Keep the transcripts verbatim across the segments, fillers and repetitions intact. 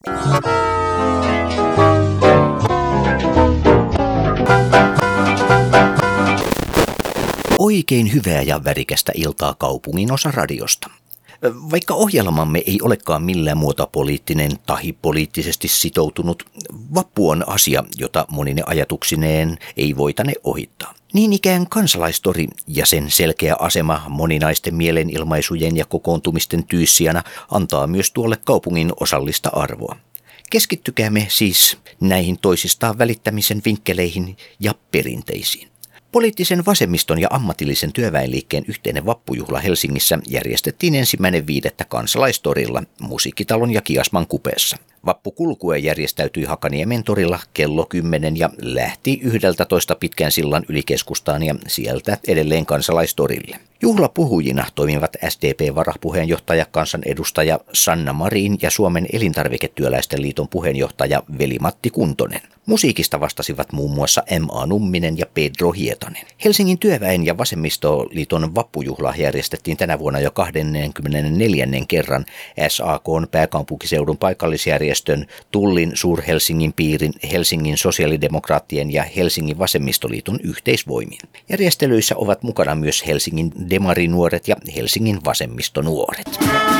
Oikein hyvää ja värikästä iltaa kaupungin osa radiosta. Vaikka ohjelmamme ei olekaan millään muuta poliittinen tai poliittisesti sitoutunut, vappu on asia, jota monine ajatuksineen ei voitane ohittaa. Niin ikään Kansalaistori ja sen selkeä asema moninaisten mielenilmaisujen ja kokoontumisten tyyssijana antaa myös tuolle kaupungin osallista arvoa. Keskittykäämme siis näihin toisistaan välittämisen vinkkeleihin ja perinteisiin. Poliittisen vasemmiston ja ammatillisen työväenliikkeen yhteinen vappujuhla Helsingissä järjestettiin ensimmäinen viidettä Kansalaistorilla, Musiikkitalon ja Kiasman kupeessa. Vappukulkue järjestäytyi Hakaniemen torilla kello kymmenen ja lähti yhdeltätoista pitkän sillan yli keskustaan ja sieltä edelleen Kansalaistorille. Juhlapuhujina toimivat S D P-varapuheenjohtaja, kansanedustaja Sanna Marin ja Suomen elintarviketyöläisten liiton puheenjohtaja Veli-Matti Kuntonen. Musiikista vastasivat muun muassa M A Numminen ja Pedro Hietanen. Helsingin työväen ja vasemmistoliiton vappujuhla järjestettiin tänä vuonna jo kaksikymmentäneljä kerran S A K:n pääkaupunkiseudun paikallisjärjestön, Tullin Suur-Helsingin piirin, Helsingin sosiaalidemokraattien ja Helsingin vasemmistoliiton yhteisvoimin. Järjestelyissä ovat mukana myös Helsingin demarinuoret ja Helsingin vasemmistonuoret.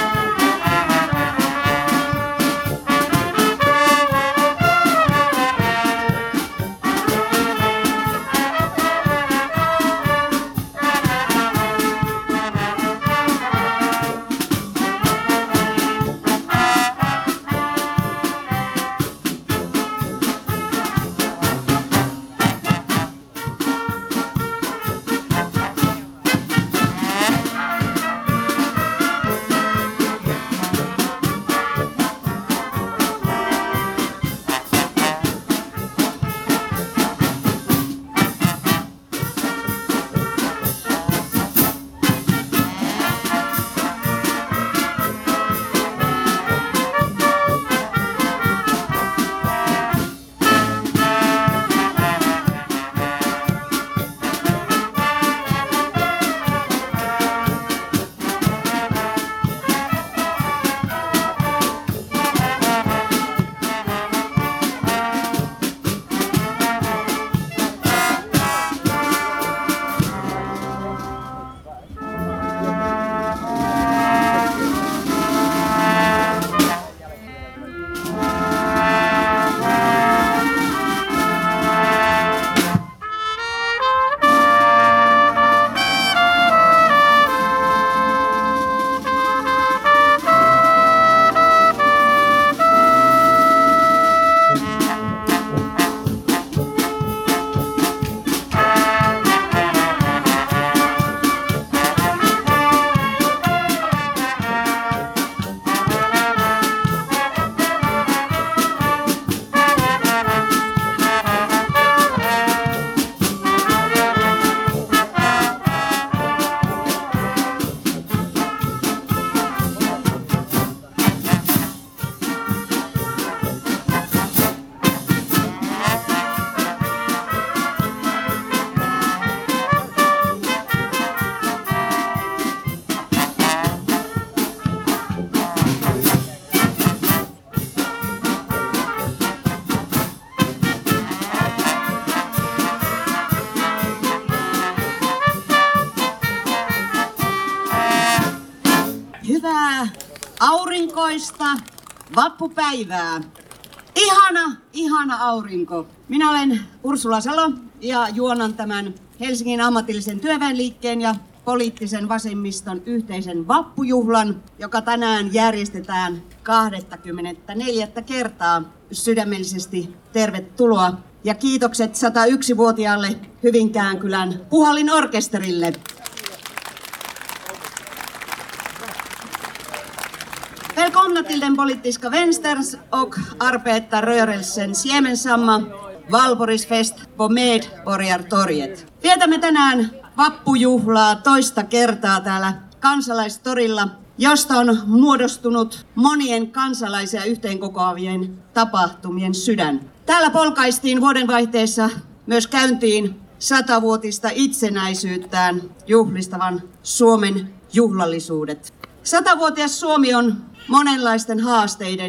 Aurinkoista vappupäivää. Ihana, ihana aurinko. Minä olen Ursula Salo ja juonan tämän Helsingin ammatillisen työväenliikkeen ja poliittisen vasemmiston yhteisen vappujuhlan, joka tänään järjestetään kaksikymmentäneljä kertaa. Sydämellisesti tervetuloa ja kiitokset sata yksi vuotiaalle Hyvinkään kylän Puhallin orkesterille. Välkomna till den politiska vänsters och arbetarrörelsens gemensamma valborgsfest på Medborgartorget. Vietämme tänään vappujuhlaa toista kertaa täällä Kansalaistorilla, josta on muodostunut monien kansalaisia yhteenkokoavien tapahtumien sydän. Täällä polkaistiin vuodenvaihteessa myös käyntiin satavuotista itsenäisyyttään juhlistavan Suomen juhlallisuudet. Satavuotias Suomi on monenlaisten haasteiden ja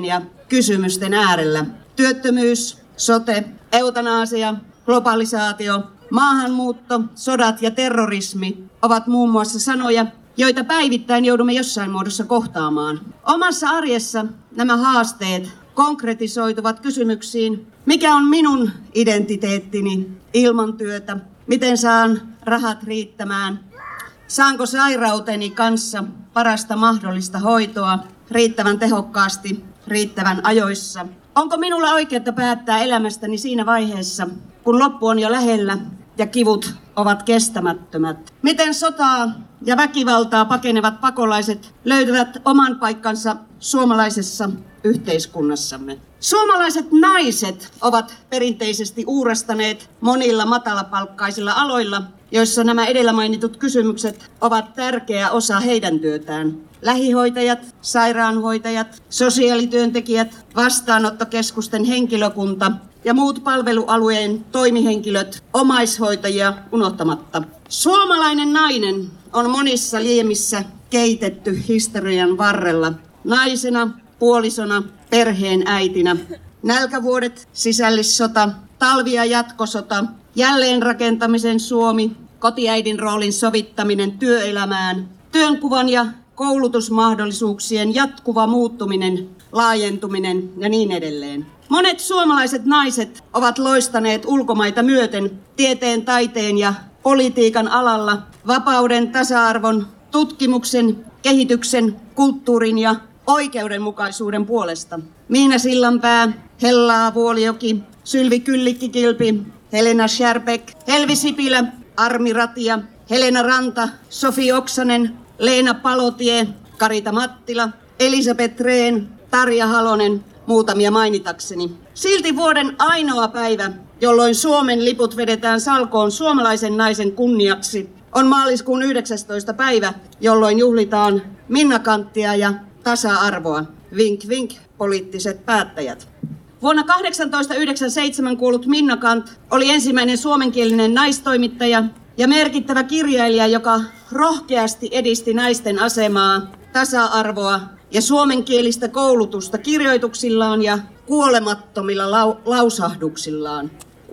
kysymysten äärellä. Työttömyys, sote, eutanaasia, globalisaatio, maahanmuutto, sodat ja terrorismi ovat muun muassa sanoja, joita päivittäin joudumme jossain muodossa kohtaamaan. Omassa arjessa nämä haasteet konkretisoituvat kysymyksiin, mikä on minun identiteettini ilman työtä, miten saan rahat riittämään, saanko sairauteni kanssa parasta mahdollista hoitoa riittävän tehokkaasti, riittävän ajoissa. Onko minulla oikeutta päättää elämästäni siinä vaiheessa, kun loppu on jo lähellä ja kivut ovat kestämättömät? Miten sotaa ja väkivaltaa pakenevat pakolaiset löytävät oman paikkansa suomalaisessa yhteiskunnassamme? Suomalaiset naiset ovat perinteisesti uurastaneet monilla matalapalkkaisilla aloilla, joissa nämä edellä mainitut kysymykset ovat tärkeä osa heidän työtään. Lähihoitajat, sairaanhoitajat, sosiaalityöntekijät, vastaanottokeskusten henkilökunta ja muut palvelualueen toimihenkilöt, omaishoitajia unohtamatta. Suomalainen nainen on monissa liemissä keitetty historian varrella. Naisena, puolisona, perheen äitinä. Nälkävuodet, sisällissota, talvi- ja jatkosota, jälleenrakentamisen Suomi, kotiäidin roolin sovittaminen työelämään, työnkuvan ja koulutusmahdollisuuksien jatkuva muuttuminen, laajentuminen ja niin edelleen. Monet suomalaiset naiset ovat loistaneet ulkomaita myöten tieteen, taiteen ja politiikan alalla vapauden, tasa-arvon, tutkimuksen, kehityksen, kulttuurin ja oikeudenmukaisuuden puolesta. Miina Sillanpää, Hella Vuolijoki, Sylvi Kyllikki-Kilpi, Helena Schärbeck, Helvi Sipilä, Armi Ratia, Helena Ranta, Sofi Oksanen, Leena Palotie, Karita Mattila, Elisabeth Rehn, Tarja Halonen, muutamia mainitakseni. Silti vuoden ainoa päivä, jolloin Suomen liput vedetään salkoon suomalaisen naisen kunniaksi, on maaliskuun yhdeksästoista päivä, jolloin juhlitaan Minna Canttia ja tasa-arvoa. Vink vink, poliittiset päättäjät. Vuonna tuhatyhdeksänsataayhdeksänkymmentäseitsemän kuollut Minna Canth oli ensimmäinen suomenkielinen naistoimittaja ja merkittävä kirjailija, joka rohkeasti edisti naisten asemaa, tasa-arvoa ja suomenkielistä koulutusta kirjoituksillaan ja kuolemattomilla lau- lausahduksillaan.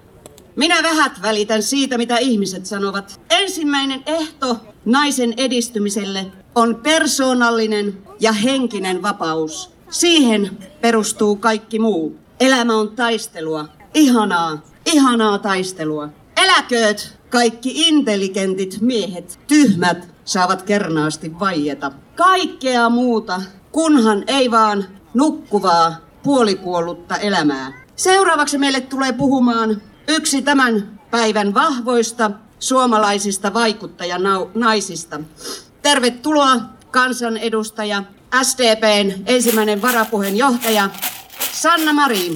Minä vähät välitän siitä, mitä ihmiset sanovat. Ensimmäinen ehto naisen edistymiselle on persoonallinen ja henkinen vapaus. Siihen perustuu kaikki muu. Elämä on taistelua. Ihanaa, ihanaa taistelua. Eläkööt kaikki intelligentit miehet. Tyhmät saavat kernaasti vaieta. Kaikkea muuta, kunhan ei vaan nukkuvaa, puolikuollutta elämää. Seuraavaksi meille tulee puhumaan yksi tämän päivän vahvoista suomalaisista vaikuttajanaisista. Tervetuloa kansanedustaja, S D P:n ensimmäinen varapuheenjohtaja Sanna Marin.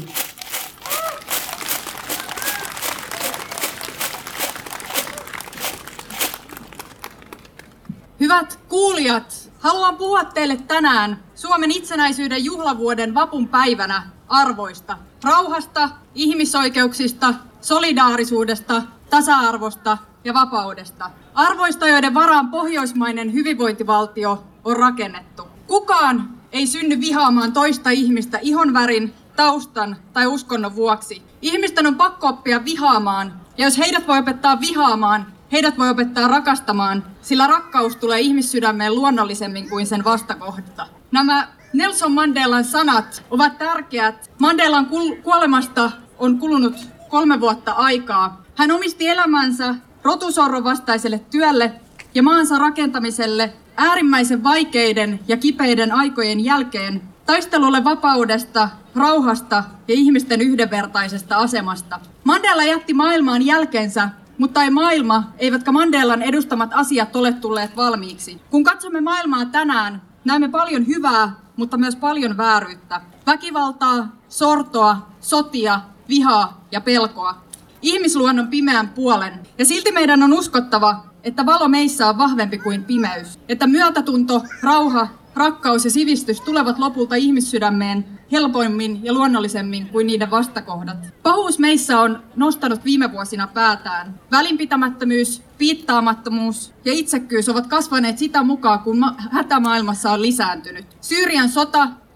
Hyvät kuulijat, haluan puhua teille tänään Suomen itsenäisyyden juhlavuoden vapun päivänä arvoista, rauhasta, ihmisoikeuksista, solidaarisuudesta, tasa-arvosta ja vapaudesta. Arvoista, joiden varaan pohjoismainen hyvinvointivaltio on rakennettu. Kukaan ei synny vihaamaan toista ihmistä ihonvärin, taustan tai uskonnon vuoksi. Ihmisten on pakko oppia vihaamaan, ja jos heidät voi opettaa vihaamaan, heidät voi opettaa rakastamaan, sillä rakkaus tulee ihmissydämeen luonnollisemmin kuin sen vastakohta. Nämä Nelson Mandelan sanat ovat tärkeät. Mandelan kuolemasta on kulunut kolme vuotta aikaa. Hän omisti elämänsä rotusorron vastaiselle työlle ja maansa rakentamiselle äärimmäisen vaikeiden ja kipeiden aikojen jälkeen taistelulle vapaudesta, rauhasta ja ihmisten yhdenvertaisesta asemasta. Mandela jätti maailmaan jälkeensä, mutta ei maailma, eivätkä Mandelan edustamat asiat ole tulleet valmiiksi. Kun katsomme maailmaa tänään, näemme paljon hyvää, mutta myös paljon vääryyttä. Väkivaltaa, sortoa, sotia, vihaa ja pelkoa. Ihmisluonnon pimeän puolen. Ja silti meidän on uskottava, että valo meissä on vahvempi kuin pimeys. Että myötätunto, rauha, rakkaus ja sivistys tulevat lopulta ihmissydämeen helpoimmin ja luonnollisemmin kuin niiden vastakohdat. Pahuus meissä on nostanut viime vuosina päätään. Välinpitämättömyys, piittaamattomuus ja itsekkyys ovat kasvaneet sitä mukaan, kun ma- hätä maailmassa on lisääntynyt. Syyrian sota,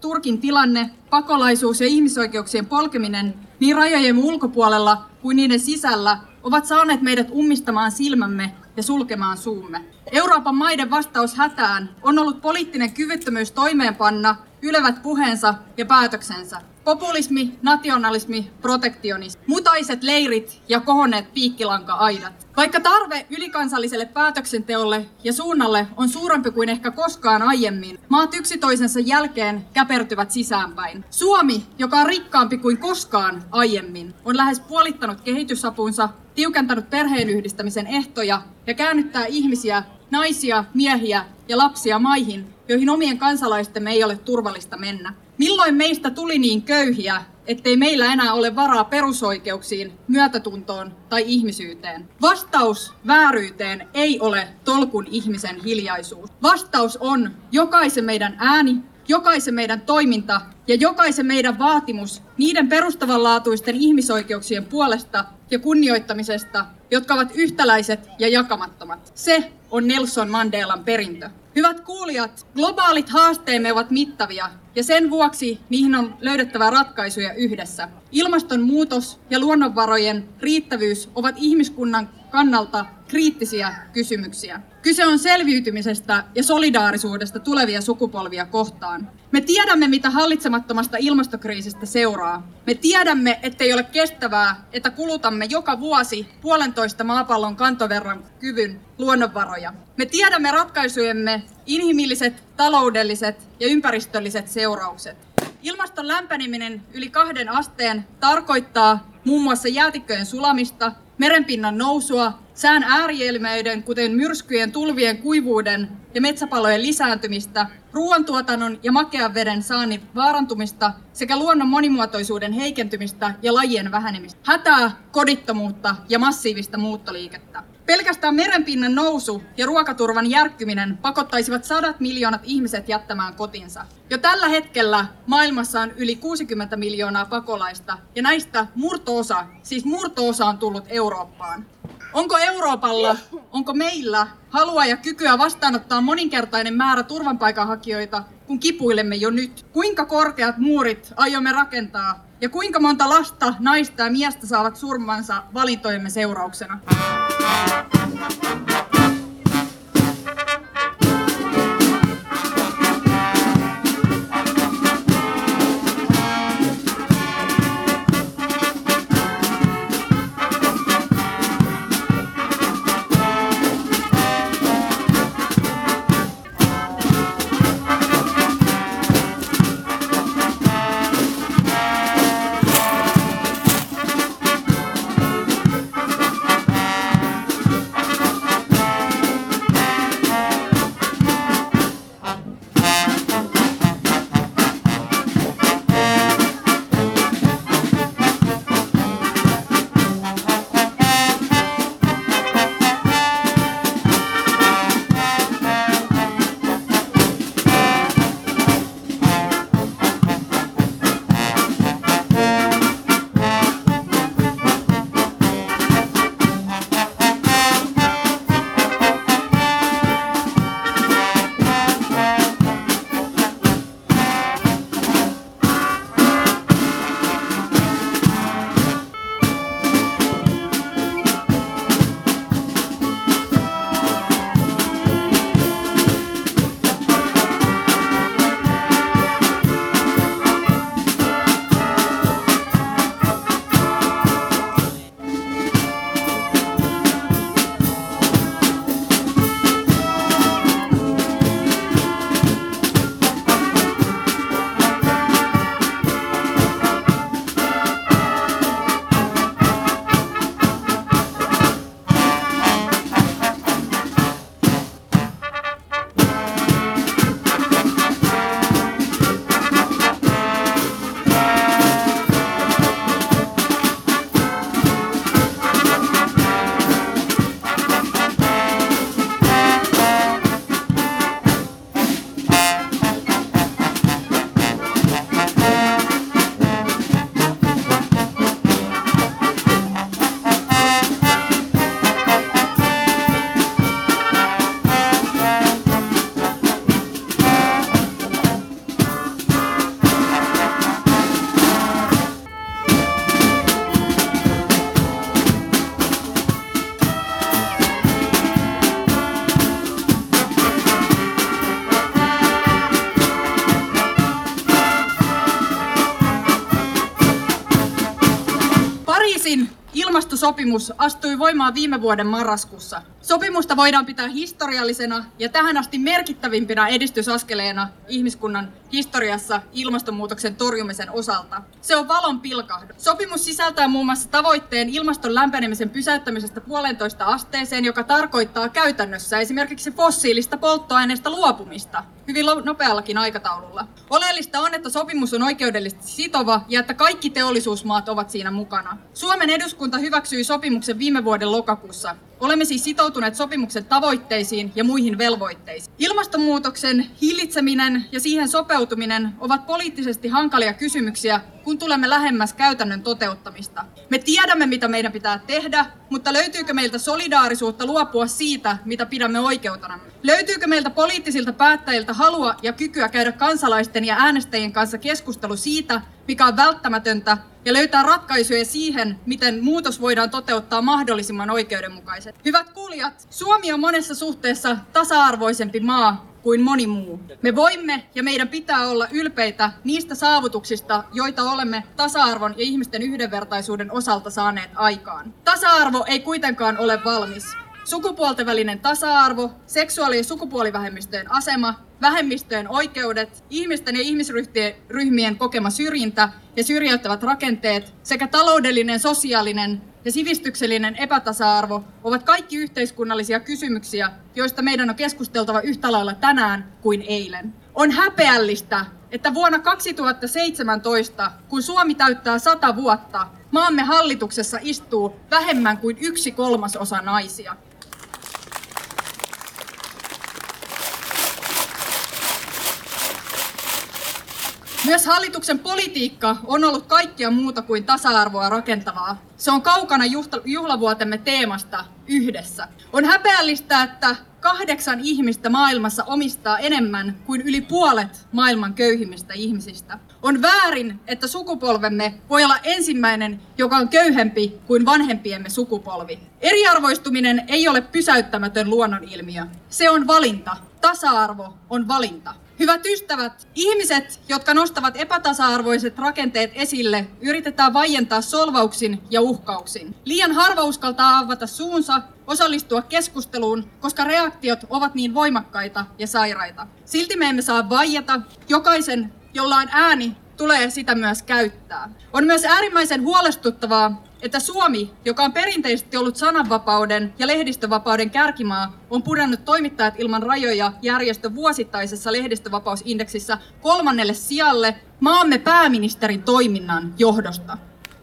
Turkin tilanne, pakolaisuus ja ihmisoikeuksien polkeminen niin rajojen ulkopuolella kuin niiden sisällä ovat saaneet meidät ummistamaan silmämme ja sulkemaan suumme. Euroopan maiden vastaus hätään on ollut poliittinen kyvyttömyys toimeenpanna ylevät puheensa ja päätöksensä. Populismi, nationalismi, protektionismi, mutaiset leirit ja kohonneet piikkilanka-aidat. Vaikka tarve ylikansalliselle päätöksenteolle ja suunnalle on suurempi kuin ehkä koskaan aiemmin, maat yksi toisensa jälkeen käpertyvät sisäänpäin. Suomi, joka on rikkaampi kuin koskaan aiemmin, on lähes puolittanut kehitysapunsa, tiukentanut perheenyhdistämisen ehtoja ja käännyttää ihmisiä, naisia, miehiä ja lapsia maihin, joihin omien kansalaistemme ei ole turvallista mennä. Milloin meistä tuli niin köyhiä, ettei meillä enää ole varaa perusoikeuksiin, myötätuntoon tai ihmisyyteen? Vastaus vääryyteen ei ole tolkun ihmisen hiljaisuus. Vastaus on jokaisen meidän ääni, jokaisen meidän toiminta ja jokaisen meidän vaatimus niiden perustavanlaatuisten ihmisoikeuksien puolesta ja kunnioittamisesta, jotka ovat yhtäläiset ja jakamattomat. Se on Nelson Mandelan perintö. Hyvät kuulijat, globaalit haasteemme ovat mittavia ja sen vuoksi niihin on löydettävä ratkaisuja yhdessä. Ilmastonmuutos ja luonnonvarojen riittävyys ovat ihmiskunnan kannalta kriittisiä kysymyksiä. Kyse on selviytymisestä ja solidaarisuudesta tulevia sukupolvia kohtaan. Me tiedämme, mitä hallitsemattomasta ilmastokriisistä seuraa. Me tiedämme, ettei ole kestävää, että kulutamme joka vuosi puolentoista maapallon kantoverran kyvyn luonnonvaroja. Me tiedämme ratkaisujemme inhimilliset, taloudelliset ja ympäristölliset seuraukset. Ilmaston lämpeneminen yli kahden asteen tarkoittaa muun muassa jäätikköjen sulamista, merenpinnan nousua, sään ääriilmiöiden, kuten myrskyjen, tulvien, kuivuuden ja metsäpalojen lisääntymistä, ruoantuotannon ja makean veden saannin vaarantumista sekä luonnon monimuotoisuuden heikentymistä ja lajien vähenemistä, hätää, kodittomuutta ja massiivista muuttoliikettä. Pelkästään merenpinnan nousu ja ruokaturvan järkkyminen pakottaisivat sadat miljoonat ihmiset jättämään kotinsa. Jo tällä hetkellä maailmassa on yli kuusikymmentä miljoonaa pakolaista ja näistä murto-osa, siis murto-osa on tullut Eurooppaan. Onko Euroopalla, onko meillä halua ja kykyä vastaanottaa moninkertainen määrä turvapaikanhakijoita, kun kipuilemme jo nyt? Kuinka korkeat muurit aiomme rakentaa ja kuinka monta lasta, naista ja miestä saavat surmansa valintojemme seurauksena? Pariisin ilmastosopimus astui voimaan viime vuoden marraskuussa. Sopimusta voidaan pitää historiallisena ja tähän asti merkittävimpinä edistysaskeleena ihmiskunnan historiassa ilmastonmuutoksen torjumisen osalta. Se on valon pilkahdus. Sopimus sisältää muun muassa tavoitteen ilmaston lämpenemisen pysäyttämisestä puolentoista asteeseen, joka tarkoittaa käytännössä esimerkiksi fossiilista polttoaineista luopumista hyvin nopeallakin aikataululla. Oleellista on, että sopimus on oikeudellisesti sitova ja että kaikki teollisuusmaat ovat siinä mukana. Suomen eduskunta hyväksyi sopimuksen viime vuoden lokakuussa. Olemme siis sitoutuneet sopimuksen tavoitteisiin ja muihin velvoitteisiin. Ilmastonmuutoksen hillitseminen ja siihen sopeutuminen ovat poliittisesti hankalia kysymyksiä, kun tulemme lähemmäs käytännön toteuttamista. Me tiedämme, mitä meidän pitää tehdä, mutta löytyykö meiltä solidaarisuutta luopua siitä, mitä pidämme oikeutenamme? Löytyykö meiltä poliittisilta päättäjiltä halua ja kykyä käydä kansalaisten ja äänestäjien kanssa keskustelu siitä, mikä on välttämätöntä, ja löytää ratkaisuja siihen, miten muutos voidaan toteuttaa mahdollisimman oikeudenmukaisesti? Hyvät kuulijat, Suomi on monessa suhteessa tasa-arvoisempi maa kuin moni muu. Me voimme ja meidän pitää olla ylpeitä niistä saavutuksista, joita olemme tasa-arvon ja ihmisten yhdenvertaisuuden osalta saaneet aikaan. Tasa-arvo ei kuitenkaan ole valmis. Sukupuolten välinen tasa-arvo, seksuaali- ja sukupuolivähemmistöjen asema, vähemmistöjen oikeudet, ihmisten ja ihmisryhmien kokema syrjintä ja syrjäyttävät rakenteet sekä taloudellinen, sosiaalinen ja sivistyksellinen epätasa-arvo ovat kaikki yhteiskunnallisia kysymyksiä, joista meidän on keskusteltava yhtä lailla tänään kuin eilen. On häpeällistä, että vuonna kaksituhattaseitsemäntoista, kun Suomi täyttää sata vuotta, maamme hallituksessa istuu vähemmän kuin yksi kolmasosa naisia. Myös hallituksen politiikka on ollut kaikkea muuta kuin tasa-arvoa rakentavaa. Se on kaukana juhlavuotemme teemasta yhdessä. On häpeällistä, että kahdeksan ihmistä maailmassa omistaa enemmän kuin yli puolet maailman köyhimmistä ihmisistä. On väärin, että sukupolvemme voi olla ensimmäinen, joka on köyhempi kuin vanhempiemme sukupolvi. Eriarvoistuminen ei ole pysäyttämätön luonnonilmiö. Se on valinta. Tasa-arvo on valinta. Hyvät ystävät, ihmiset, jotka nostavat epätasa-arvoiset rakenteet esille, yritetään vaientaa solvauksin ja uhkauksin. Liian harva uskaltaa avata suunsa, osallistua keskusteluun, koska reaktiot ovat niin voimakkaita ja sairaita. Silti me emme saa vaieta. Jokaisen, jolla on ääni, tulee sitä myös käyttää. On myös äärimmäisen huolestuttavaa, että Suomi, joka on perinteisesti ollut sananvapauden ja lehdistövapauden kärkimaa, on pudonnut toimittajat ilman rajoja järjestön vuosittaisessa lehdistövapausindeksissä kolmannelle sijalle maamme pääministerin toiminnan johdosta.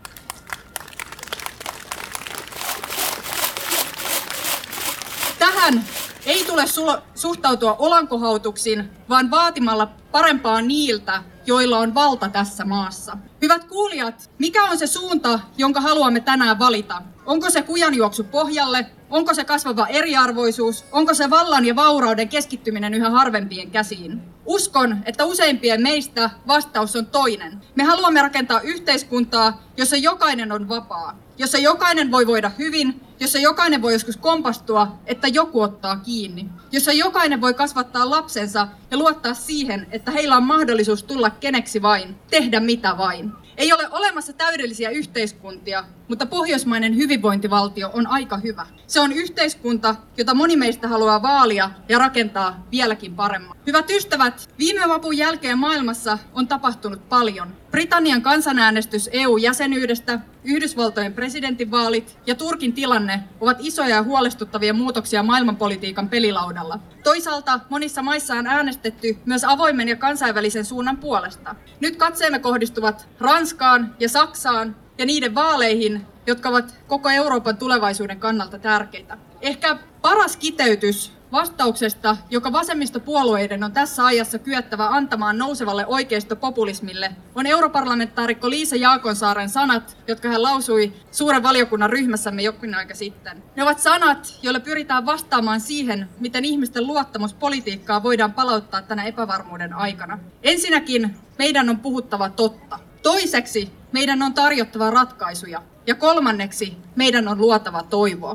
Tähän ei tule suhtautua olankohautuksin, vaan vaatimalla parempaa niiltä, joilla on valta tässä maassa. Hyvät kuulijat, mikä on se suunta, jonka haluamme tänään valita? Onko se kujanjuoksu pohjalle? Onko se kasvava eriarvoisuus? Onko se vallan ja vaurauden keskittyminen yhä harvempien käsiin? Uskon, että useimpien meistä vastaus on toinen. Me haluamme rakentaa yhteiskuntaa, jossa jokainen on vapaa, jossa jokainen voi voida hyvin, jossa jokainen voi joskus kompastua, että joku ottaa kiinni, jossa jokainen voi kasvattaa lapsensa ja luottaa siihen, että heillä on mahdollisuus tulla keneksi vain, tehdä mitä vain. Ei ole olemassa täydellisiä yhteiskuntia, mutta pohjoismainen hyvinvointivaltio on aika hyvä. Se on yhteiskunta, jota moni meistä haluaa vaalia ja rakentaa vieläkin paremmin. Hyvät ystävät, viime vapun jälkeen maailmassa on tapahtunut paljon. Britannian kansanäänestys E U-jäsenyydestä, Yhdysvaltojen presidentinvaalit ja Turkin tilanne ovat isoja ja huolestuttavia muutoksia maailmanpolitiikan pelilaudalla. Toisaalta monissa maissa on äänestetty myös avoimen ja kansainvälisen suunnan puolesta. Nyt katseemme kohdistuvat Ranskaan ja Saksaan ja niiden vaaleihin, jotka ovat koko Euroopan tulevaisuuden kannalta tärkeitä. Ehkä paras kiteytys vastauksesta, joka vasemmistopuolueiden on tässä ajassa kyettävä antamaan nousevalle oikeistopopulismille, on europarlamentaarikko Liisa Jaakonsaaren sanat, jotka hän lausui suuren valiokunnan ryhmässämme jokin aika sitten. Ne ovat sanat, joilla pyritään vastaamaan siihen, miten ihmisten luottamus politiikkaa voidaan palauttaa tänä epävarmuuden aikana. Ensinnäkin meidän on puhuttava totta. Toiseksi meidän on tarjottava ratkaisuja. Ja kolmanneksi meidän on luotava toivoa.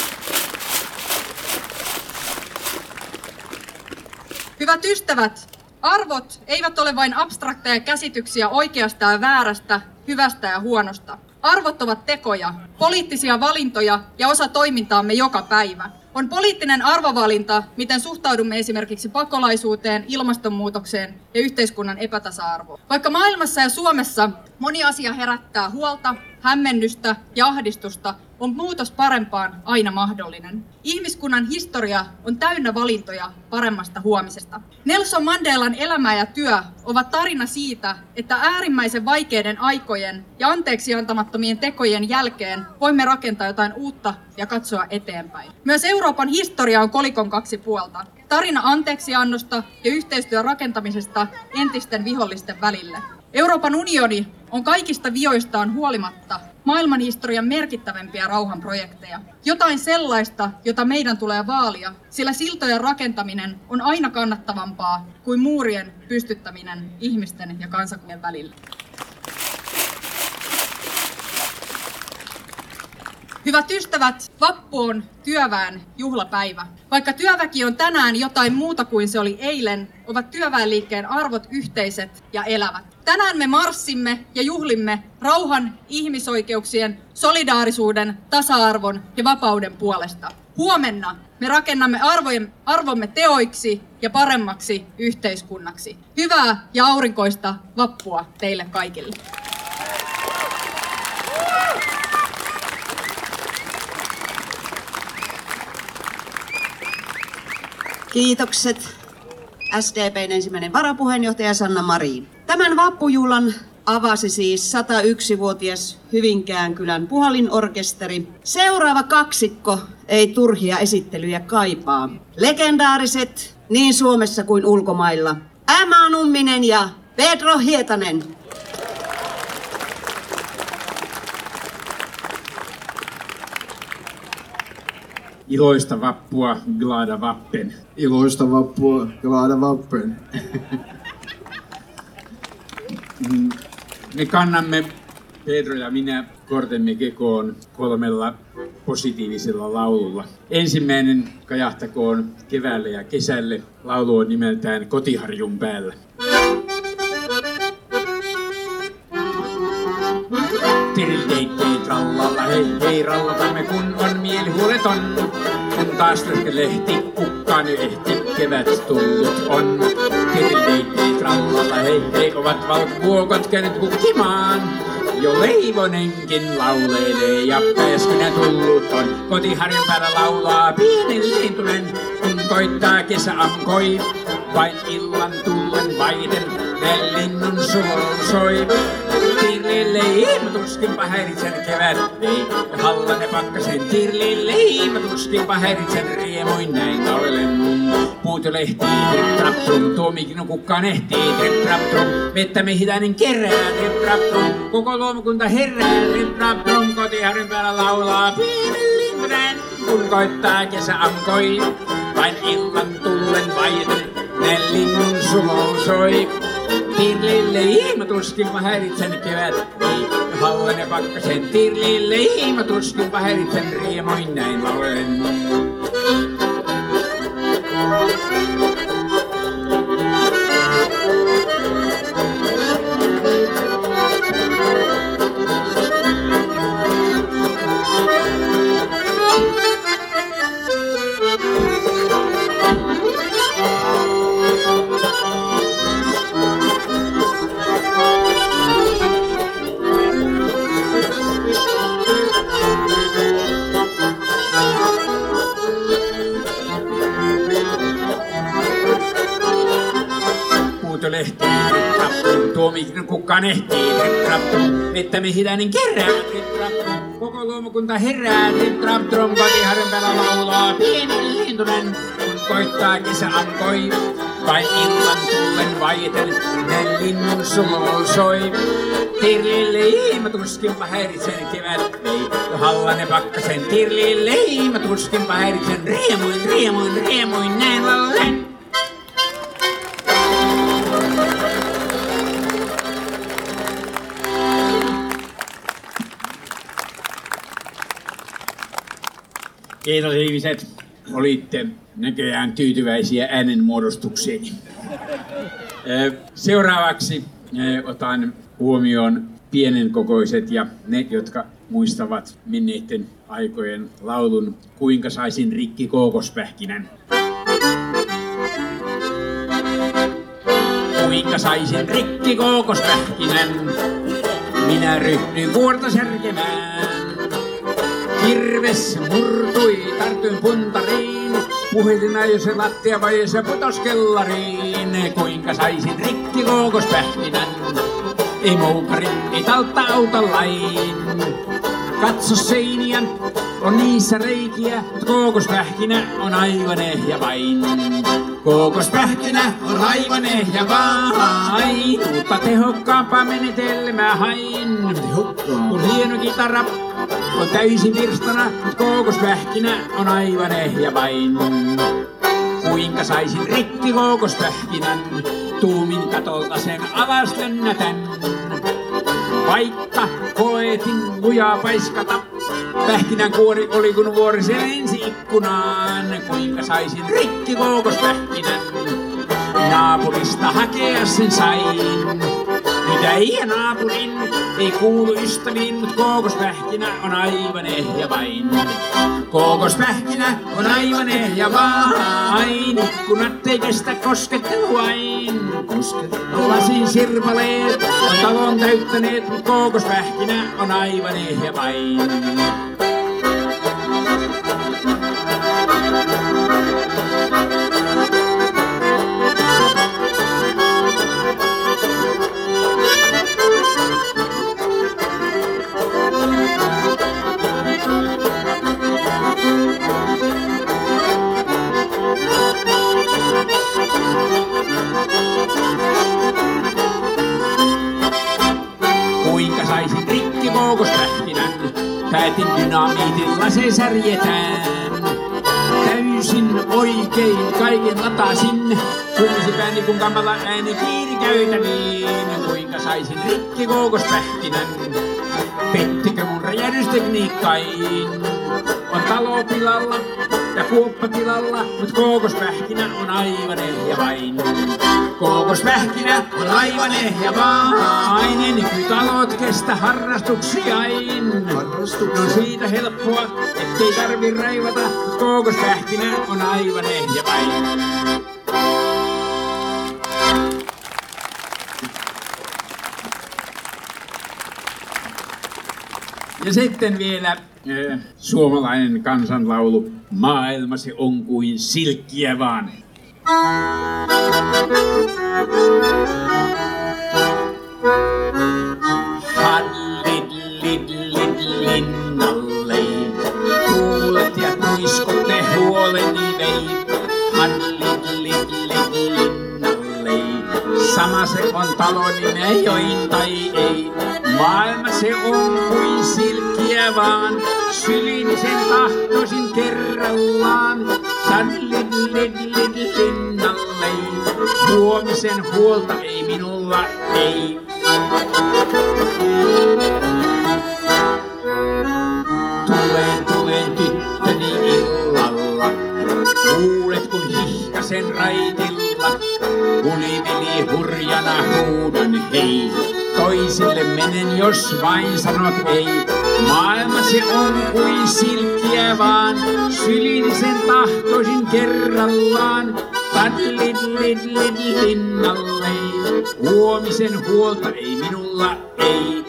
Hyvät ystävät, Arvot eivät ole vain abstrakteja käsityksiä oikeasta ja väärästä, hyvästä ja huonosta. Arvot ovat tekoja, poliittisia valintoja ja osa toimintaamme joka päivä. On poliittinen arvovalinta, miten suhtaudumme esimerkiksi pakolaisuuteen, ilmastonmuutokseen ja yhteiskunnan epätasa-arvoon. Vaikka maailmassa ja Suomessa moni asia herättää huolta, hämmennystä ja ahdistusta, on muutos parempaan aina mahdollinen. Ihmiskunnan historia on täynnä valintoja paremmasta huomisesta. Nelson Mandelan elämä ja työ ovat tarina siitä, että äärimmäisen vaikeiden aikojen ja anteeksi antamattomien tekojen jälkeen voimme rakentaa jotain uutta ja katsoa eteenpäin. Myös Euroopan historia on kolikon kaksi puolta. Tarina anteeksiannosta ja yhteistyön rakentamisesta entisten vihollisten välille. Euroopan unioni on kaikista vioistaan huolimatta maailmanhistorian merkittävimpiä rauhanprojekteja. Jotain sellaista, jota meidän tulee vaalia, sillä siltojen rakentaminen on aina kannattavampaa kuin muurien pystyttäminen ihmisten ja kansakuntien välillä. Hyvät ystävät, vappu on työväen juhlapäivä. Vaikka työväki on tänään jotain muuta kuin se oli eilen, ovat työväenliikkeen arvot yhteiset ja elävät. Tänään me marssimme ja juhlimme rauhan, ihmisoikeuksien, solidaarisuuden, tasa-arvon ja vapauden puolesta. Huomenna me rakennamme arvojen, arvomme teoiksi ja paremmaksi yhteiskunnaksi. Hyvää ja aurinkoista vappua teille kaikille. Kiitokset. S D P:n ensimmäinen varapuheenjohtaja Sanna Marin. Tämän vappujuhlan avasi siis sata yksi-vuotias Hyvinkään kylän puhallinorkesteri. Seuraava kaksikko ei turhia esittelyjä kaipaa. Legendaariset niin Suomessa kuin ulkomailla. Ämä Numminen ja Pedro Hietanen. Iloista vappua, glada vappen. Iloista vappua, glada vappen. Me kannamme, Pedro ja minä, kortemme kekoon kolmella positiivisella laululla. Ensimmäinen kajahtakoon keväälle ja kesälle. Laulu on nimeltään Kotiharjun päällä. Tirilteittei trallalla, hei hei rallatamme kun on mieli huoleton. Kun taas lehti kukkaan jo ehti kevät tullut on. Tirilteittei trallalla, hei hei ovat valkvuokot käynyt kukkimaan. Jo Leivonenkin lauleilee ja pääskynä tullut on. Kotiharjun päällä laulaa pienen lintunen, kun koittaa kesä ankoi. Vain illan tullen vaiden nää linnun suolun soi. Tirlilei, mä tuskinpa häiritsen kevät, ei Hallanen pakkasen. Tirlilei, mä tuskinpa häiritsen riemuin näin talvelen. Puut jo lehtii, trip-trap-trum, tuomikin kukkaan ehtii, trip-trap-trum. Vettä mehitäinen kerää, trip-trap-trum, koko luomukunta herää, trip-trap-trum. Kotiharjun päällä laulaa pienen lintunen, kun koittaa kesä ankoi. Vain illan tullen vaiden nää linnun suolun soi. Tirlilei, mä tuskinpa häiritsen kevät, ei Hallanen pakkasen. Tirlilei, mä tuskinpa häiritsen riemuin näin laulen. Tuomikin kukkaan ehtii, trip-trap-trum, vettä mehitäinen kerää, trip-trap-trum, koko luomukunta herää, trip-trap-trum. Kotiharjun päällä laulaa pienen lintunen, kun koittaa kesä ankoi. Vain illan tullen vaiten nää linnun sumol soi. Tirlilei, mä tuskinpa häiritsen kevät, ei Hallanen pakkasen. Tirlilei, mä tuskinpa häiritsen riemuin, riemuin, riemuin näin laulen. Kiitos ihmiset, olitte näköjään tyytyväisiä äänenmuodostuksiini. Seuraavaksi otan huomioon pienen kokoiset ja ne, jotka muistavat menneiden aikojen laulun Kuinka saisin rikki kookospähkinän. Kuinka saisin rikki kookospähkinän, minä ryhdyin vuorta särkemään. Kirves murtui, tartuin puntariin, puhelin ajoi se lattia vai se putos kellariin. Kuinka saisin rikki kookospähkinän, ei moukari, ei taltta auta lain. Katso seiniä, on niissä reikiä, kookospähkinä on aivan ehjä vain. Kookospähkinä on aivan ehjä vain, mutta tehokkaampaa menetelmää hain. Kun hieno kitara on täysin virstana, kookospähkinä on aivan ehjä vain. Kuinka saisin rikki kookospähkinän, tuumin katolta sen alas lennätän. Vaikka koetin lujaa paiskata, pähkinän kuori oli kun vuori se lensi ikkunaan. Kuinka saisin rikki kookospähkinän, naapurista hakea sen sain. Nyt äijä naapurin ei kuulu ystäviin, mut kookospähkinä on aivan ehjä vain. Kookospähkinä on aivan ehjä vain, ikkunat ei kestä kosketteluain. Lasin sirpaleet on talon täyttäneet, mut kookospähkinä on aivan ehjä vain. Kuinka saisin rikki kookospähkinän, päätin dynamiitilla se särjetään. Täysin oikein kaiken latasin, kummisi pääni kun kamala ääni kiiri käytäviin. Kuinka saisin rikki kookospähkinän, pettikö mun räjähdystekniikkain? On talo pilalla ja kuoppa tilalla, mut kookospähkinä on aivan ehjä vain. Kookospähkinä on aivan ehjä vain, ja nykytalot kestä harrastuksiain. On siitä helppoa, ettei tarvi raivata, mut kookospähkinä on aivan ehjä vain. Ja sitten vielä äh, suomalainen kansanlaulu Maailma se on kuin silkkiä vaan. Hallidlidlinnalle, kuulet ja kuiskotte huoleni vei. Hallidlidlinnalle, sama se on talon nimeä join tai ei. Maailma se on kuin silkkiä vaan, sylin sen tahtoisin kerrallaan. Hallidlidlinnalle, huomisen huolta ei minulla ei. Tulen, tulen tyttöni illalla, kuulet kun hihkasen raitilla. Ulivili hurjana huudon hei, toisille menen jos vain sanot ei. Maailma se on kuin silkkiä vaan, sylin sen tahtoisin kerrallaan. Hallidlidlinnalle, huomisen huolta ei minulla ei.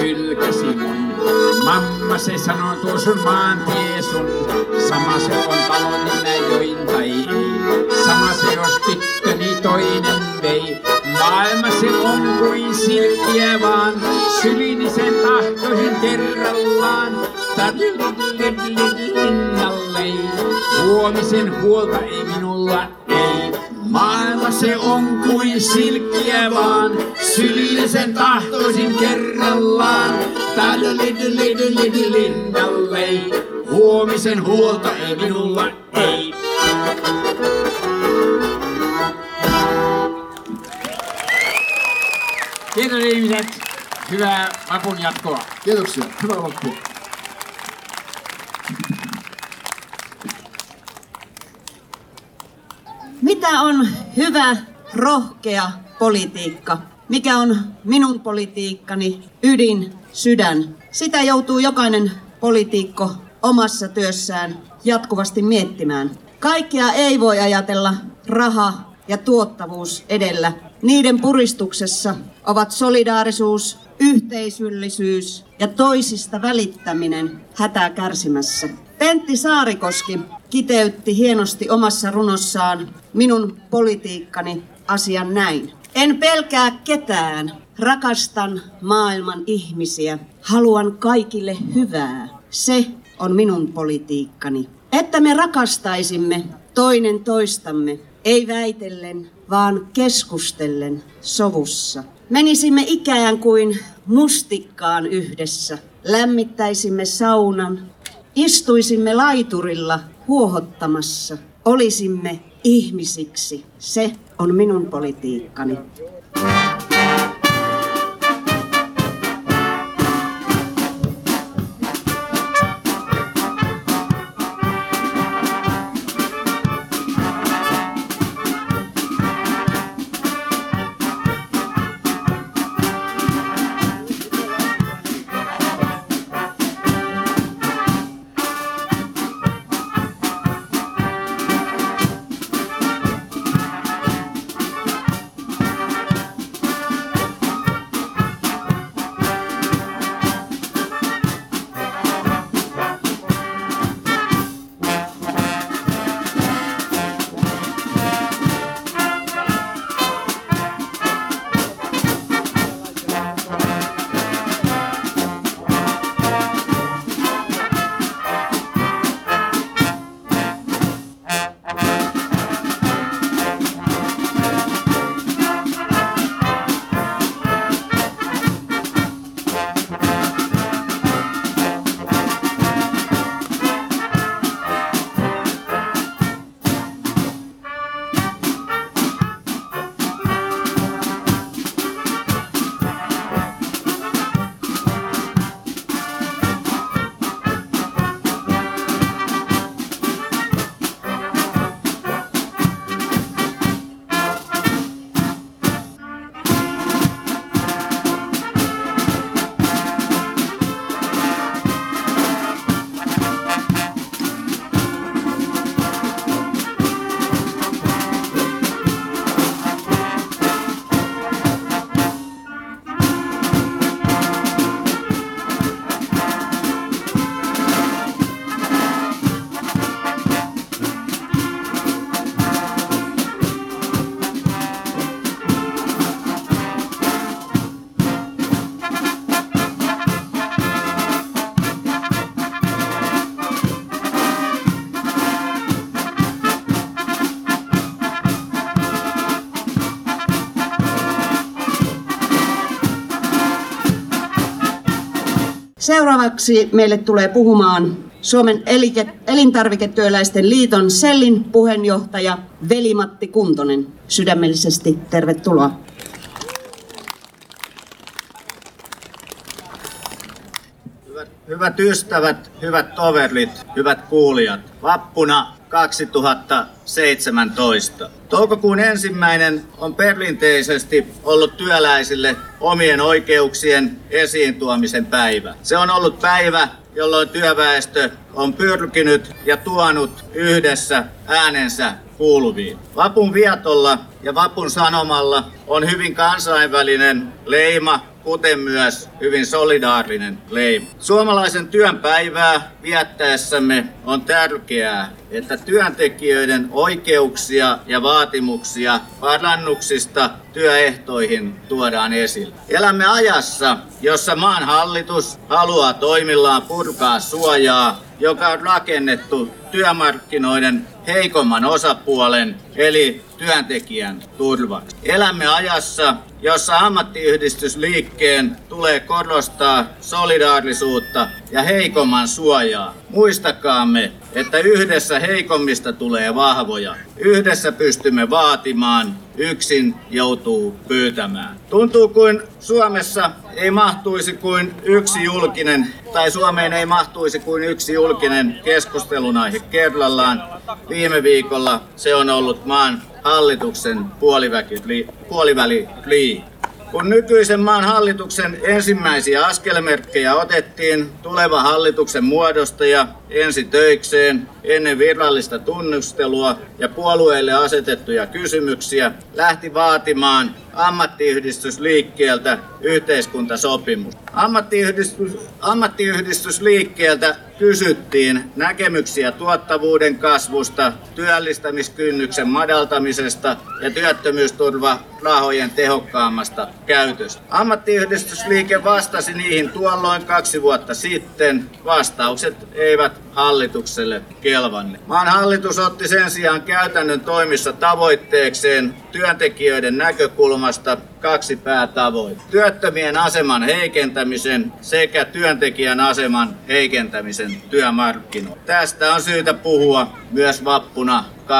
hylkäsi mun. Mamma se sanoo, tuo sun maantie sun. Sama se on talo, niin mä join tai ei. Sama se jos tyttöni toinen vei. Maailma se on kuin silkkiä vaan. Syliini sen tahtoisin kerrallaan. Linnallei. Huomisen huolta ei minulla ei. Maailma se on kuin silkkiä vaan. Syliini sen tahtoisin kerrallaan. Linnallei. Huomisen huolta ei minulla ei. Kiitos ihmiset. Hyvää vapun jatkoa. Kiitoksia. Hyvää vappua. Mitä on hyvä, rohkea politiikka? Mikä on minun politiikkani ydin, sydän? Sitä joutuu jokainen poliitikko omassa työssään jatkuvasti miettimään. Kaikkea ei voi ajatella raha ja tuottavuus edellä. Niiden puristuksessa ovat solidaarisuus, yhteisöllisyys ja toisista välittäminen hätää kärsimässä. Pentti Saarikoski kiteytti hienosti omassa runossaan minun politiikkani asian näin. En pelkää ketään, rakastan maailman ihmisiä, haluan kaikille hyvää. Se on minun politiikkani. Että me rakastaisimme toinen toistamme, ei väitellen, vaan keskustellen sovussa. Menisimme ikään kuin mustikkaan yhdessä, lämmittäisimme saunan, istuisimme laiturilla huohottamassa, olisimme ihmisiksi. Se on minun politiikkani. Seuraavaksi meille tulee puhumaan Suomen elintarviketyöläisten liiton Sellin puheenjohtaja Veli-Matti Kuntonen. Sydämellisesti tervetuloa. Hyvät, hyvät ystävät, hyvät toverit, hyvät kuulijat. Vappuna kaksituhattaseitsemäntoista. Toukokuun ensimmäinen on perinteisesti ollut työläisille omien oikeuksien esiin tuomisen päivä. Se on ollut päivä, jolloin työväestö on pyrkinyt ja tuonut yhdessä äänensä kuuluviin. Vapun vietolla ja vapun sanomalla on hyvin kansainvälinen leima kuten myös hyvin solidaarinen leima. Suomalaisen työn päivää viettäessämme on tärkeää, että työntekijöiden oikeuksia ja vaatimuksia parannuksista työehtoihin tuodaan esille. Elämme ajassa, jossa maan hallitus haluaa toimillaan purkaa suojaa, joka on rakennettu työmarkkinoiden heikomman osapuolen eli työntekijän turvaksi. Elämme ajassa, jossa ammattiyhdistysliikkeen tulee korostaa solidaarisuutta ja heikomman suojaa. Muistakaamme, että yhdessä heikommista tulee vahvoja. Yhdessä pystymme vaatimaan, yksin joutuu pyytämään. Tuntuu kuin Suomessa ei mahtuisi kuin yksi julkinen, tai Suomeen ei mahtuisi kuin yksi julkinen keskustelunaihe kerrallaan. Viime viikolla se on ollut maan hallituksen puoliväliriihi. Kun nykyisen maan hallituksen ensimmäisiä askelmerkkejä otettiin, tuleva hallituksen muodostaja ensi töikseen ennen virallista tunnustelua ja puolueille asetettuja kysymyksiä lähti vaatimaan ammattiyhdistysliikkeeltä yhteiskuntasopimus. Ammattiyhdistys, ammattiyhdistysliikkeeltä kysyttiin näkemyksiä tuottavuuden kasvusta, työllistämiskynnyksen madaltamisesta ja työttömyysturvarahojen tehokkaammasta käytöstä. Ammattiyhdistysliike vastasi niihin tuolloin kaksi vuotta sitten. Vastaukset eivät hallitukselle kelvanneet. Maan hallitus otti sen sijaan käytännön toimissa tavoitteekseen työntekijöiden näkökulmasta kaksi päätavoitetta. Työttömien aseman heikentämisen sekä työntekijän aseman heikentämisen työmarkkinoilla. Tästä on syytä puhua myös vappuna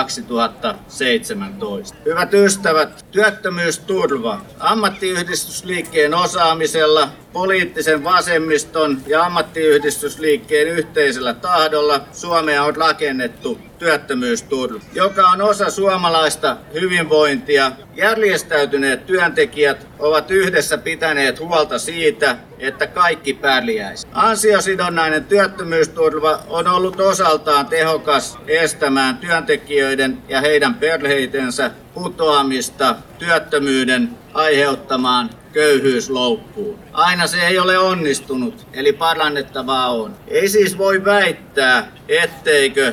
kaksituhattaseitsemäntoista. Hyvät ystävät, työttömyysturva. Ammattiyhdistysliikkeen osaamisella, poliittisen vasemmiston ja ammattiyhdistysliikkeen yhteisellä tahdolla Suomea on rakennettu työttömyysturva, joka on osa suomalaista hyvinvointia. Järjestäytyneet työntekijät ovat yhdessä pitäneet huolta siitä, että kaikki pärjäisi. Ansiosidonnainen työttömyysturva on ollut osaltaan tehokas estämään työntekijöiden ja heidän perheitensä putoamista työttömyyden aiheuttamaan köyhyysloukkuun. Aina se ei ole onnistunut, eli parannettavaa on. Ei siis voi väittää, etteikö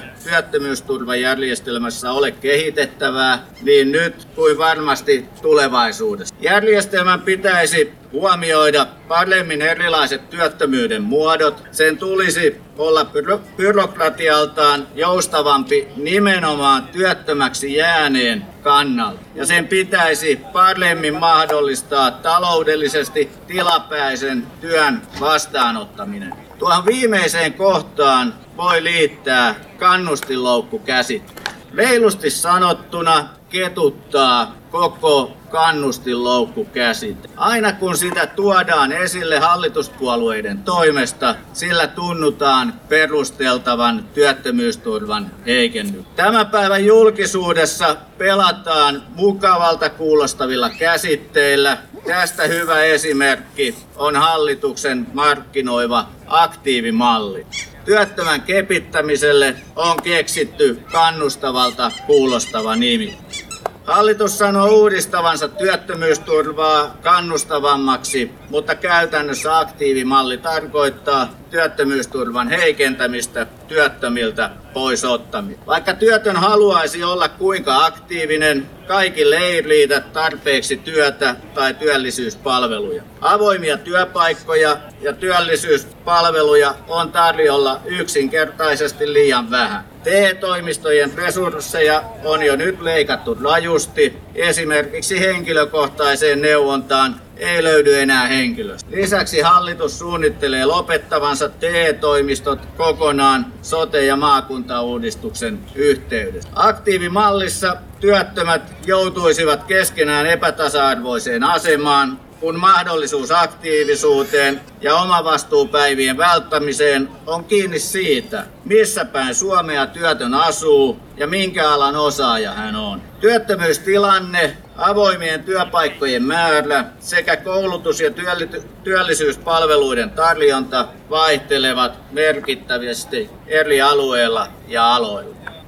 työttömyysturvajärjestelmässä ole kehitettävää, niin nyt kuin varmasti tulevaisuudessa. Järjestelmän pitäisi huomioida paremmin erilaiset työttömyyden muodot. Sen tulisi olla byro- byrokratialtaan joustavampi nimenomaan työttömäksi jääneen kannalta. Ja sen pitäisi paremmin mahdollistaa taloudellisesti tilapäisen työn vastaanottaminen. Tuohon viimeiseen kohtaan voi liittää kannustinloukkukäsite. Reilusti sanottuna ketuttaa koko kannustinloukkukäsite. Aina kun sitä tuodaan esille hallituspuolueiden toimesta, sillä tunnutaan perusteltavan työttömyysturvan heikennys. Tämän päivän julkisuudessa pelataan mukavalta kuulostavilla käsitteillä. Tästä hyvä esimerkki on hallituksen markkinoiva aktiivimalli. Työttömän kepittämiselle on keksitty kannustavalta kuulostava nimi. Hallitus sanoo uudistavansa työttömyysturvaa kannustavammaksi, mutta käytännössä aktiivimalli tarkoittaa työttömyysturvan heikentämistä, työttömiltä pois ottamista. Vaikka työtön haluaisi olla kuinka aktiivinen, kaikille ei riitä tarpeeksi työtä tai työllisyyspalveluja. Avoimia työpaikkoja ja työllisyyspalveluja on tarjolla yksinkertaisesti liian vähän. T E-toimistojen resursseja on jo nyt leikattu rajusti. Esimerkiksi henkilökohtaiseen neuvontaan ei löydy enää henkilöstä. Lisäksi hallitus suunnittelee lopettavansa T E-toimistot kokonaan sote- ja maakuntauudistuksen yhteydessä. Aktiivimallissa työttömät joutuisivat keskenään epätasa-arvoiseen asemaan, kun mahdollisuus aktiivisuuteen ja omavastuupäivien välttämiseen on kiinni siitä, missä päin Suomea työtön asuu ja minkä alan osaaja hän on. Työttömyystilanne, avoimien työpaikkojen määrä sekä koulutus- ja työllisyyspalveluiden tarjonta vaihtelevat merkittävästi eri alueilla ja aloilla.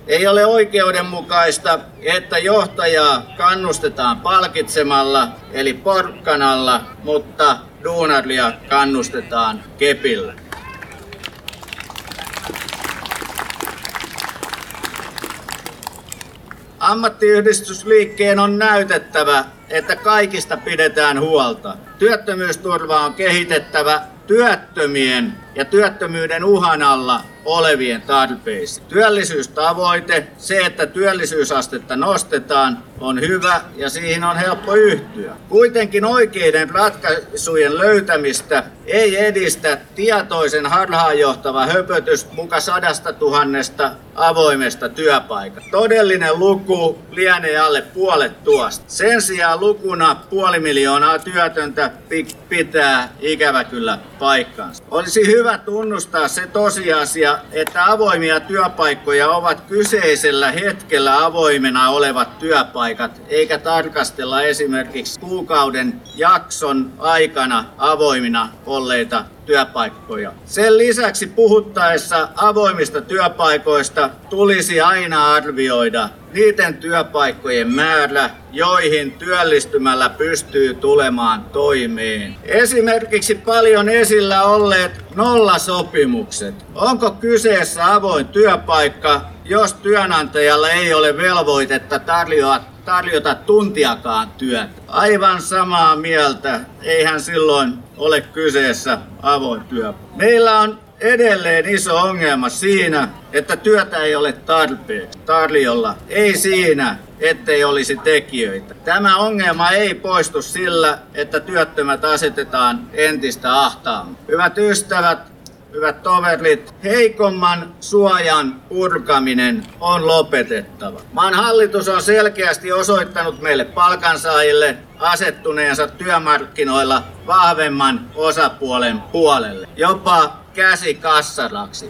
Ei ole oikeudenmukaista, että johtajaa kannustetaan palkitsemalla eli porkkanalla, mutta duunaria kannustetaan kepillä. Ammattiyhdistysliikkeen on näytettävä, että kaikista pidetään huolta. Työttömyysturva on kehitettävä työttömien ja työttömyyden uhan alla olevien tarpeisiin. Työllisyystavoite, se että työllisyysastetta nostetaan, on hyvä ja siihen on helppo yhtyä. Kuitenkin oikeiden ratkaisujen löytämistä ei edistä tietoisen harhaanjohtava höpötys muka sadasta tuhannesta avoimesta työpaikasta. Todellinen luku lienee alle puolet tuosta. Sen sijaan lukuna puoli miljoonaa työtöntä pitää ikävä kyllä paikkansa. Olisi hyvä tunnustaa se tosiasia, että avoimia työpaikkoja ovat kyseisellä hetkellä avoimena olevat työpaikat, eikä tarkastella esimerkiksi kuukauden jakson aikana avoimina olleita työpaikkoja. Sen lisäksi puhuttaessa avoimista työpaikoista tulisi aina arvioida niiden työpaikkojen määrä, joihin työllistymällä pystyy tulemaan toimeen. Esimerkiksi paljon esillä olleet nollasopimukset. Onko kyseessä avoin työpaikka, jos työnantajalla ei ole velvoitetta tarjoa tarjota tuntiakaan työtä? Aivan samaa mieltä, eihän silloin ole kyseessä avoin työpaikka. Meillä on edelleen iso ongelma siinä, että työtä ei ole tarpeeksi tarjolla, ei siinä, ettei olisi tekijöitä. Tämä ongelma ei poistu sillä, että työttömät asetetaan entistä ahtaammin. Hyvät ystävät, hyvät toverit, heikomman suojan purkaminen on lopetettava. Maan hallitus on selkeästi osoittanut meille palkansaajille asettuneensa työmarkkinoilla vahvemman osapuolen puolelle, jopa käsikassaraksi.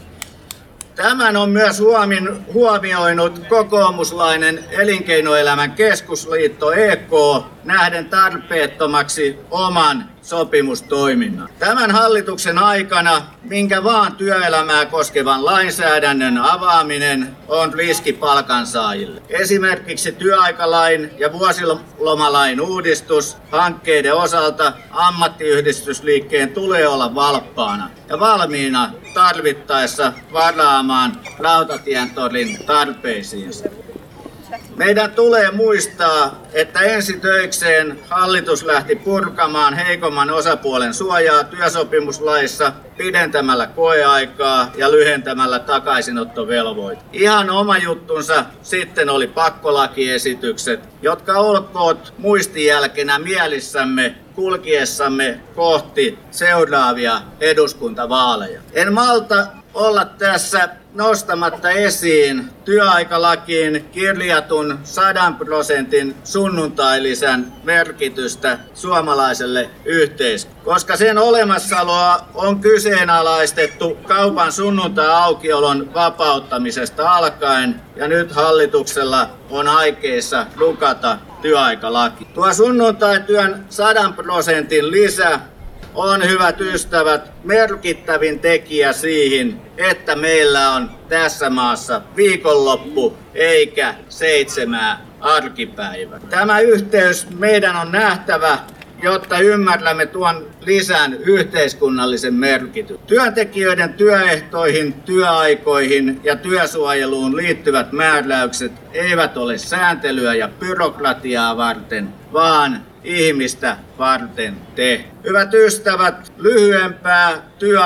Tämän on myös huomioinut kokoomuslainen elinkeinoelämän keskusliitto E K nähden tarpeettomaksi oman sopimustoiminnan. Tämän hallituksen aikana minkä vaan työelämää koskevan lainsäädännön avaaminen on riski palkansaajille. Esimerkiksi työaikalain ja vuosilomalain uudistus hankkeiden osalta ammattiyhdistysliikkeen tulee olla valppaana ja valmiina tarvittaessa varaamaan Rautatientorin tarpeisiinsa. Meidän tulee muistaa, että ensi töikseen hallitus lähti purkamaan heikomman osapuolen suojaa työsopimuslaissa pidentämällä koeaikaa ja lyhentämällä takaisinottovelvoite. Ihan oma juttunsa sitten oli pakkolakiesitykset, jotka olkoot muistijälkenä mielissämme kulkiessamme kohti seuraavia eduskuntavaaleja. En malta olla tässä nostamatta esiin työaikalakiin kirjatun sadan prosentin sunnuntailisän merkitystä suomalaiselle yhteiskunnalle, koska sen olemassaoloa on kyseenalaistettu kaupan sunnuntai-aukiolon vapauttamisesta alkaen, ja nyt hallituksella on aikeissa lukata työaikalaki. Tuo sunnuntaityön sadan prosentin lisä on, hyvät ystävät, merkittävin tekijä siihen, että meillä on tässä maassa viikonloppu eikä seitsemää arkipäivää. Tämä yhteys meidän on nähtävä, jotta ymmärrämme tuon lisän yhteiskunnallisen merkityksen. Työntekijöiden työehtoihin, työaikoihin ja työsuojeluun liittyvät määräykset eivät ole sääntelyä ja byrokratiaa varten, vaan ihmistä varten tehty. Hyvät ystävät, lyhyempää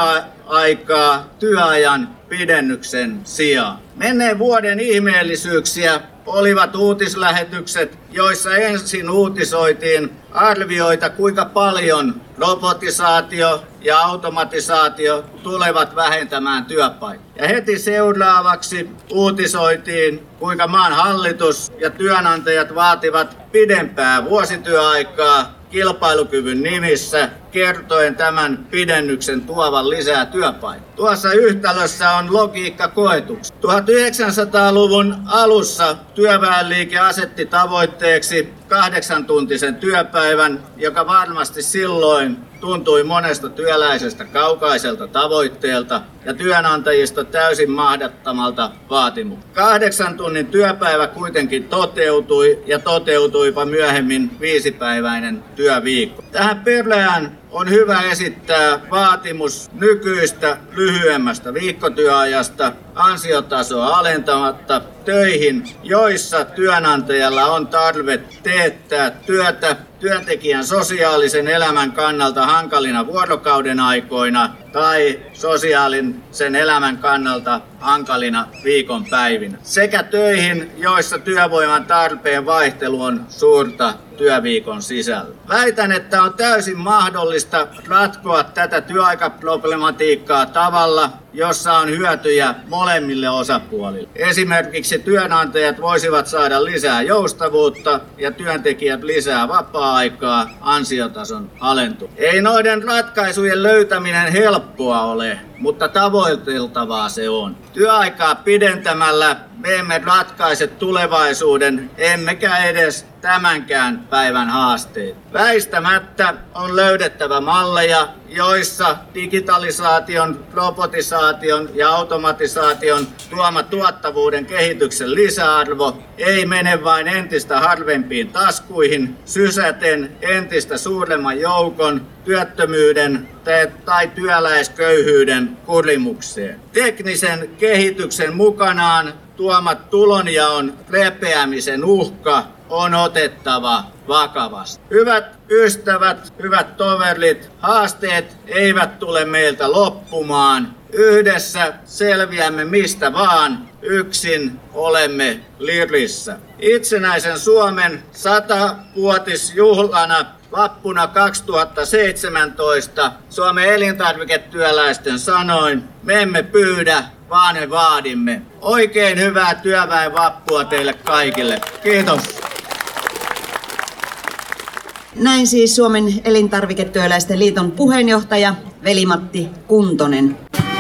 työaikaa työajan pidennyksen sijaan. Menneen vuoden ihmeellisyyksiä olivat uutislähetykset, joissa ensin uutisoitiin arvioita, kuinka paljon robotisaatio ja automatisaatio tulevat vähentämään työpaikkoja. Ja heti seuraavaksi uutisoitiin, kuinka maan hallitus ja työnantajat vaativat pidempää vuosityöaikaa kilpailukyvyn nimissä kertoen tämän pidennyksen tuovan lisää työpaikkoja. Tuossa yhtälössä on logiikka koetuksi. tuhatyhdeksänsataaluvun alussa työväenliike asetti tavoitteeksi kahdeksantuntisen työpäivän, joka varmasti silloin tuntui monesta työläisestä kaukaiselta tavoitteelta ja työnantajista täysin mahdottomalta vaatimukselta. Kahdeksan tunnin työpäivä kuitenkin toteutui ja toteutuipa myöhemmin viisipäiväinen työviikko. Tähän perään on hyvä esittää vaatimus nykyistä lyhyemmästä viikkotyöajasta ansiotasoa alentamatta töihin, joissa työnantajalla on tarve teettää työtä työntekijän sosiaalisen elämän kannalta hankalina vuorokauden aikoina tai sosiaalisen elämän kannalta hankalina viikonpäivinä. Sekä töihin, joissa työvoiman tarpeen vaihtelu on suurta työviikon sisällä. Väitän, että on täysin mahdollista ratkoa tätä työaikaproblematiikkaa tavalla, jossa on hyötyjä molemmille osapuolille. Esimerkiksi työnantajat voisivat saada lisää joustavuutta ja työntekijät lisää vapaa-aikaa ansiotason alentua. Ei noiden ratkaisujen löytäminen helppoa ole, mutta tavoiteltavaa se on. Työaikaa pidentämällä me emme ratkaise tulevaisuuden, emmekä edes tämänkään päivän haasteet. Väistämättä on löydettävä malleja, joissa digitalisaation, robotisaation ja automatisaation tuoma tuottavuuden kehityksen lisäarvo ei mene vain entistä harvempiin taskuihin, sysäten entistä suuremman joukon työttömyyden tai työläisköyhyyden kurimukseen. Teknisen kehityksen mukanaan tuomat tulonjaon repeämisen uhka on otettava vakavasti. Hyvät ystävät, hyvät toverit, haasteet eivät tule meiltä loppumaan. Yhdessä selviämme mistä vaan, yksin olemme lirissä. Itsenäisen Suomen satavuotisjuhlana vappuna kaksituhattaseitsemäntoista Suomen elintarviketyöläisten sanoin, me emme pyydä, vaan me vaadimme. Oikein hyvää työväenvappua teille kaikille. Kiitos. Näin siis Suomen elintarviketyöläisten liiton puheenjohtaja Veli-Matti Kuntonen.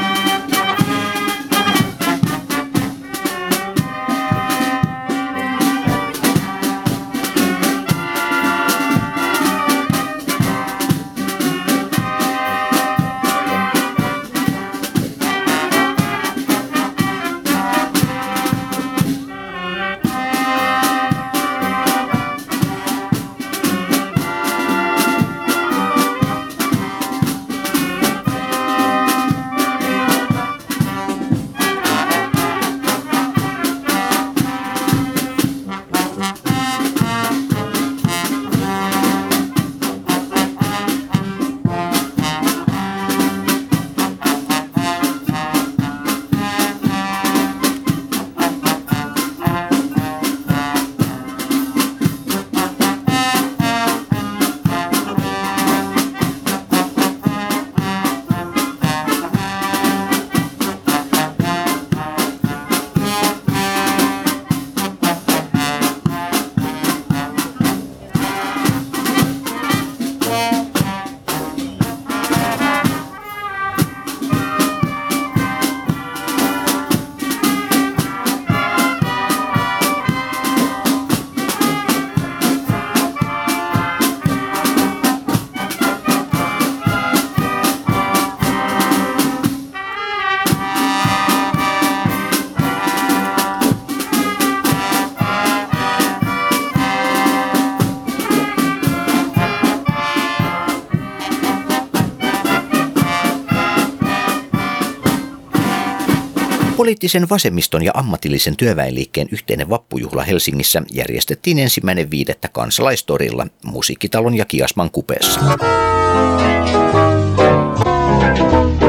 Poliittisen vasemmiston ja ammatillisen työväenliikkeen yhteinen vappujuhla Helsingissä järjestettiin ensimmäinen viidettä Kansalaistorilla, Musiikkitalon ja Kiasman kupeessa.